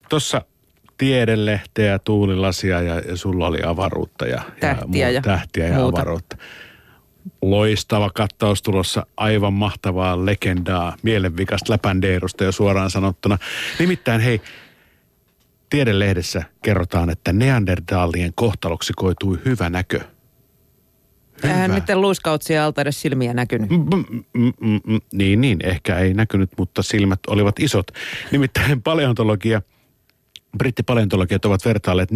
Tuossa tiedelehteä, tuulilasia ja sulla oli avaruutta ja tähtiä ja avaruutta. Loistava kattaus tulossa, aivan mahtavaa legendaa, mielenvikasta läpändeerusta jo suoraan sanottuna. Nimittäin hei, tiedelehdessä kerrotaan, että neandertaalien kohtaloksi koitui hyvä näkö. Eihän niiden luiskautsia alta edes silmiä näkynyt. Niin, ehkä ei näkynyt, mutta silmät olivat isot. Nimittäin brittipaleontologiat ovat vertailleet 40-75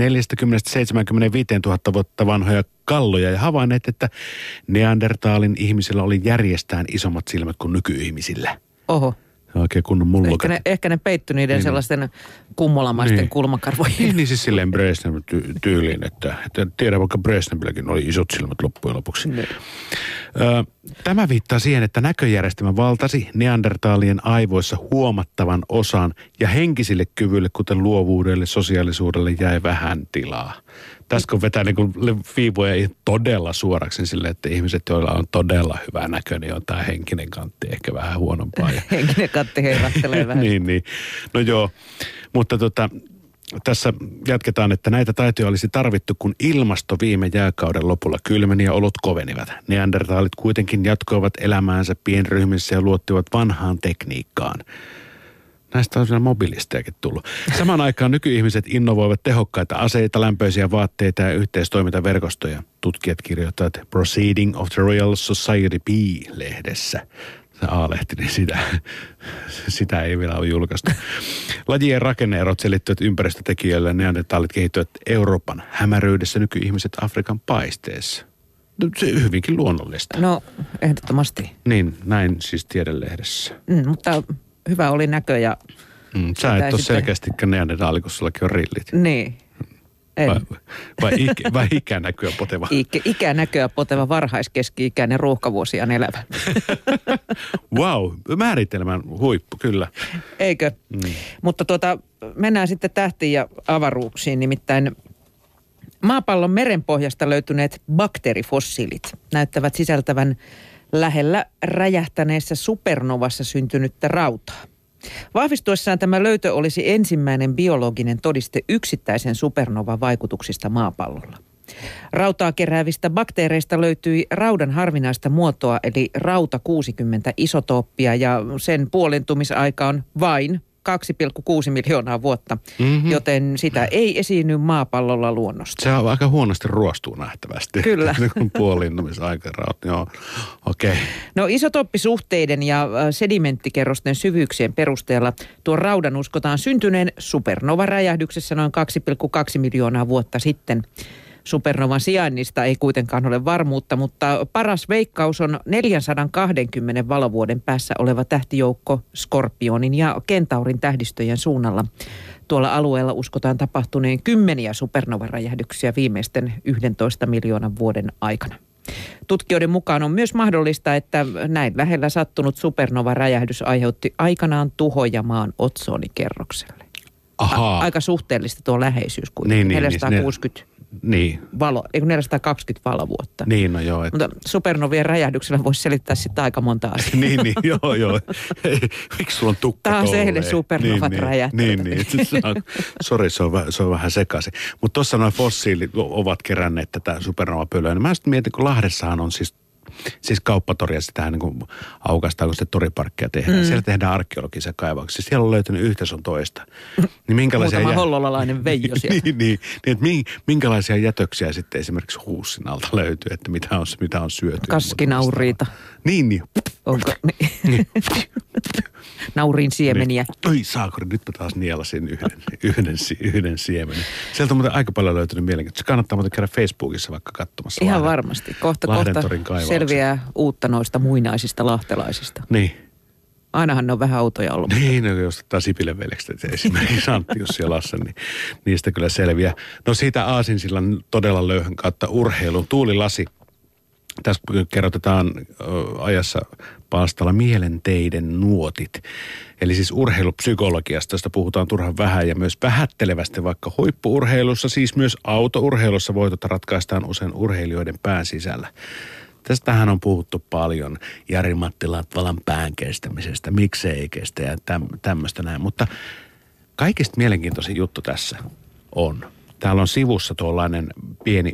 000 vuotta vanhoja kalloja ja havainneet, että neandertaalin ihmisillä oli järjestään isommat silmät kuin nykyihmisillä. Oho. Oikein kunnon mullokat. Ehkä ne peittyi niiden sellaisten kummolamaisten kulmakarvoihin. Niin siis silleen Brezhnev-tyyliin, että tiedän vaikka Brezhnevilläkin oli isot silmät loppujen lopuksi. Tämä viittaa siihen, että näköjärjestelmä valtasi neandertaalien aivoissa huomattavan osan ja henkisille kyvyille, kuten luovuudelle, sosiaalisuudelle jäi vähän tilaa. Tässä kun vetää niin viivoja todella suoraksi silleen, että ihmiset, joilla on todella hyvä näkö, niin on tämä henkinen kantti ehkä vähän huonompaa. Henkinen kantti heirattelee vähän. niin. No joo, mutta tässä jatketaan, että näitä taitoja olisi tarvittu, kun ilmasto viime jääkauden lopulla kylmeni ja olot kovenivat. Neandertaalit kuitenkin jatkoivat elämäänsä pienryhmissä ja luottivat vanhaan tekniikkaan. Näistä on mobilistejakin tullut. Samaan aikaan nykyihmiset innovoivat tehokkaita aseita, lämpöisiä vaatteita ja yhteistoimintaverkostoja. Tutkijat kirjoittavat Proceeding of the Royal Society B-lehdessä. Se A-lehti, niin sitä ei vielä ole julkaistu. Lajien rakenneerot selittyvät ympäristötekijöillä ja neandertaalit kehittyvät Euroopan hämäryydessä, nykyihmiset Afrikan paisteessa. Se on hyvinkin luonnollista. No, ehdottomasti. Niin, näin siis tiedelehdessä. Mutta hyvä oli näkö ja... Sä et ole selkeästikään neandertaali, kun sullakin on rillit. Niin. Vai ikänäköä poteva? Ikänäköä poteva varhaiskeski-ikäinen ruuhkavuosiaan elävä. Wow, määritelmän huippu, kyllä. Eikö? Mutta mennään sitten tähtiin ja avaruuksiin, nimittäin maapallon merenpohjasta löytyneet bakteerifossiilit näyttävät sisältävän lähellä räjähtäneessä supernovassa syntynyttä rautaa. Vahvistuessaan tämä löytö olisi ensimmäinen biologinen todiste yksittäisen supernovan vaikutuksista maapallolla. Rautaa keräävistä bakteereista löytyi raudan harvinaista muotoa, eli rauta 60 isotooppia, ja sen puolentumisaika on vain 2,6 miljoonaa vuotta, joten sitä ei esiinny maapallolla luonnosta. Se on aika huonosti ruostuu nähtävästi. Kyllä. Puolintumisaika, joo, okei. Okay. No isotooppisuhteiden ja sedimenttikerrosten syvyyksien perusteella tuon raudan uskotaan syntyneen supernovaräjähdyksessä noin 2,2 miljoonaa vuotta sitten. Supernovan sijainnista ei kuitenkaan ole varmuutta, mutta paras veikkaus on 420 valovuoden päässä oleva tähtijoukko Skorpionin ja Kentaurin tähdistöjen suunnalla. Tuolla alueella uskotaan tapahtuneen kymmeniä supernovaräjähdyksiä viimeisten 11 miljoonan vuoden aikana. Tutkijoiden mukaan on myös mahdollista, että näin lähellä sattunut supernovaräjähdys aiheutti aikanaan tuhoja maan otsonikerrokselle. Aika suhteellista tuo läheisyys kuitenkin, 460 420 valovuotta. Niin, no joo. Mutta supernovien räjähdyksellä voisi selittää sitten aika monta asiaa. niin, joo. Miksi sulla on tukka taas eilen supernovat räjähtävät. Niin. Sori, se on vähän sekaisin. Mutta tuossa nuo fossiilit ovat keränneet tätä supernovapölyä. Mä sitten mietin, kun Lahdessahan on siis kauppatoria, sitähän niin kuin aukaistaan, kun sitä toriparkkia tehdään. Siellä tehdään arkeologisia kaivauksia. Siellä on löytynyt yhtä sun toista. Niin muutama hollolalainen veijo siellä. niin, että minkälaisia jätöksiä sitten esimerkiksi huussin alta löytyy, että mitä on syöty. Kaskinauriita. Niin. Onko? Nauriin siemeniä. Niin. Oi saakuri, nyt mä taas nielasin yhden siemenen. Sieltä on muuten aika paljon löytynyt mielenkiintoista. Kannattaa muuten käydä Facebookissa vaikka katsomassa. Ihan varmasti. Kohta selviää uutta noista muinaisista lahtelaisista. Niin. Ainahan ne on vähän autoja ollut. Niin, jos ottaa Sipilän veljekset esimerkiksi Antti Jussi ja Lasse, niin niistä kyllä selviää. No siitä aasinsillan todella löyhän kautta urheilun tuulilasi. Tässä kerrotetaan ajassa palstalla mielenteiden nuotit. Eli siis urheilupsykologiasta, josta puhutaan turhan vähän ja myös vähättelevästi, vaikka huippu-urheilussa, siis myös autourheilussa voitot ratkaistaan usein urheilijoiden pään sisällä. Tästähän on puhuttu paljon Jari-Matti Latvalan pään kestämisestä, miksei kestä ja tämmöistä näin. Mutta kaikista mielenkiintoisin juttu tässä on. Täällä on sivussa tuollainen pieni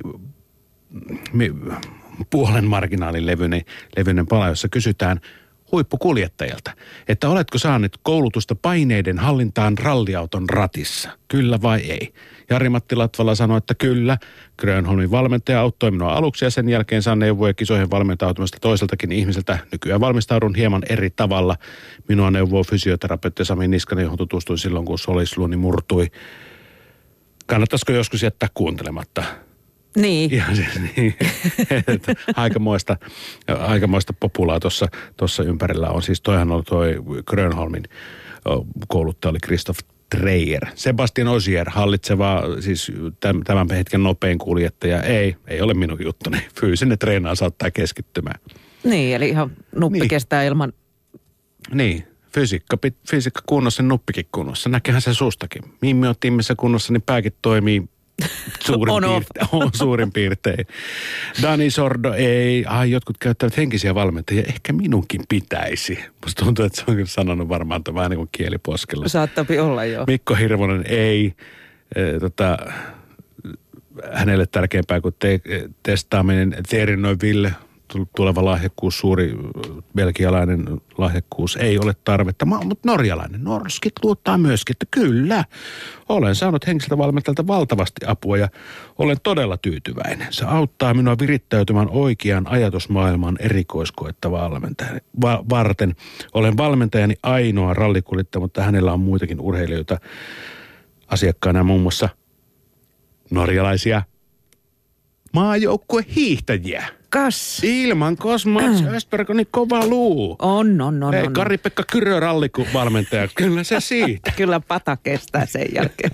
puolen marginaalin levyinen pala, jossa kysytään huippukuljettajilta, että oletko saanut koulutusta paineiden hallintaan ralliauton ratissa, kyllä vai ei? Jari-Matti Latvala sanoi, että kyllä. Grönholmin valmentaja auttoi minua aluksi ja sen jälkeen saan neuvoja kisoihin valmentautumista toiseltakin ihmiseltä. Nykyään valmistaudun hieman eri tavalla. Minua neuvoo fysioterapeutti Sami Niskanen, johon tutustuin silloin, kun solisluuni murtui. Kannattaisiko joskus jättää kuuntelematta? Niin. Ihan siis niin. Aikamoista populaa tuossa ympärillä on. Siis toihan oli toi Grönholmin kouluttaja oli Christoph Dreyer. Sebastian Ogier, hallitseva, siis tämän hetken nopein kuljettaja. Ei ole minun juttuni. Fyysinen treenaa saattaa keskittymään. Niin, eli ihan nuppi kestää ilman... Niin. Fysiikka kunnossa, nuppikin kunnossa. Näkehän se sustakin. Mimmi on tiimissä kunnossa, niin pääkin toimii suurin piirtein. Dani Sordo ei. Jotkut käyttävät henkisiä valmentajia. Ehkä minunkin pitäisi. Musta tuntuu, että se on kyllä sanonut varmaan vähän niin kuin kieliposkella. Saattapi olla, joo. Mikko Hirvonen ei. Hänelle tärkeämpää kuin testaaminen. Thierry Ville, tuleva lahjakkuus, suuri belgialainen lahjakkuus, ei ole tarvetta. Mutta norjalainen, norskit luottaa myöskin, että kyllä, olen saanut henkiseltä valmentajalta valtavasti apua ja olen todella tyytyväinen. Se auttaa minua virittäytymään oikeaan ajatusmaailmaan erikoiskoetta varten. Olen valmentajani ainoa rallikuljettaja, mutta hänellä on muitakin urheilijoita asiakkaana, muun muassa norjalaisia maajoukkuehiihtäjiä. Kas. Ilman Cosmos Östberg on niin kova luu. On. Kari-Pekka Kyrö rallivalmentaja, kyllä se siitä. Kyllä pata kestää sen jälkeen.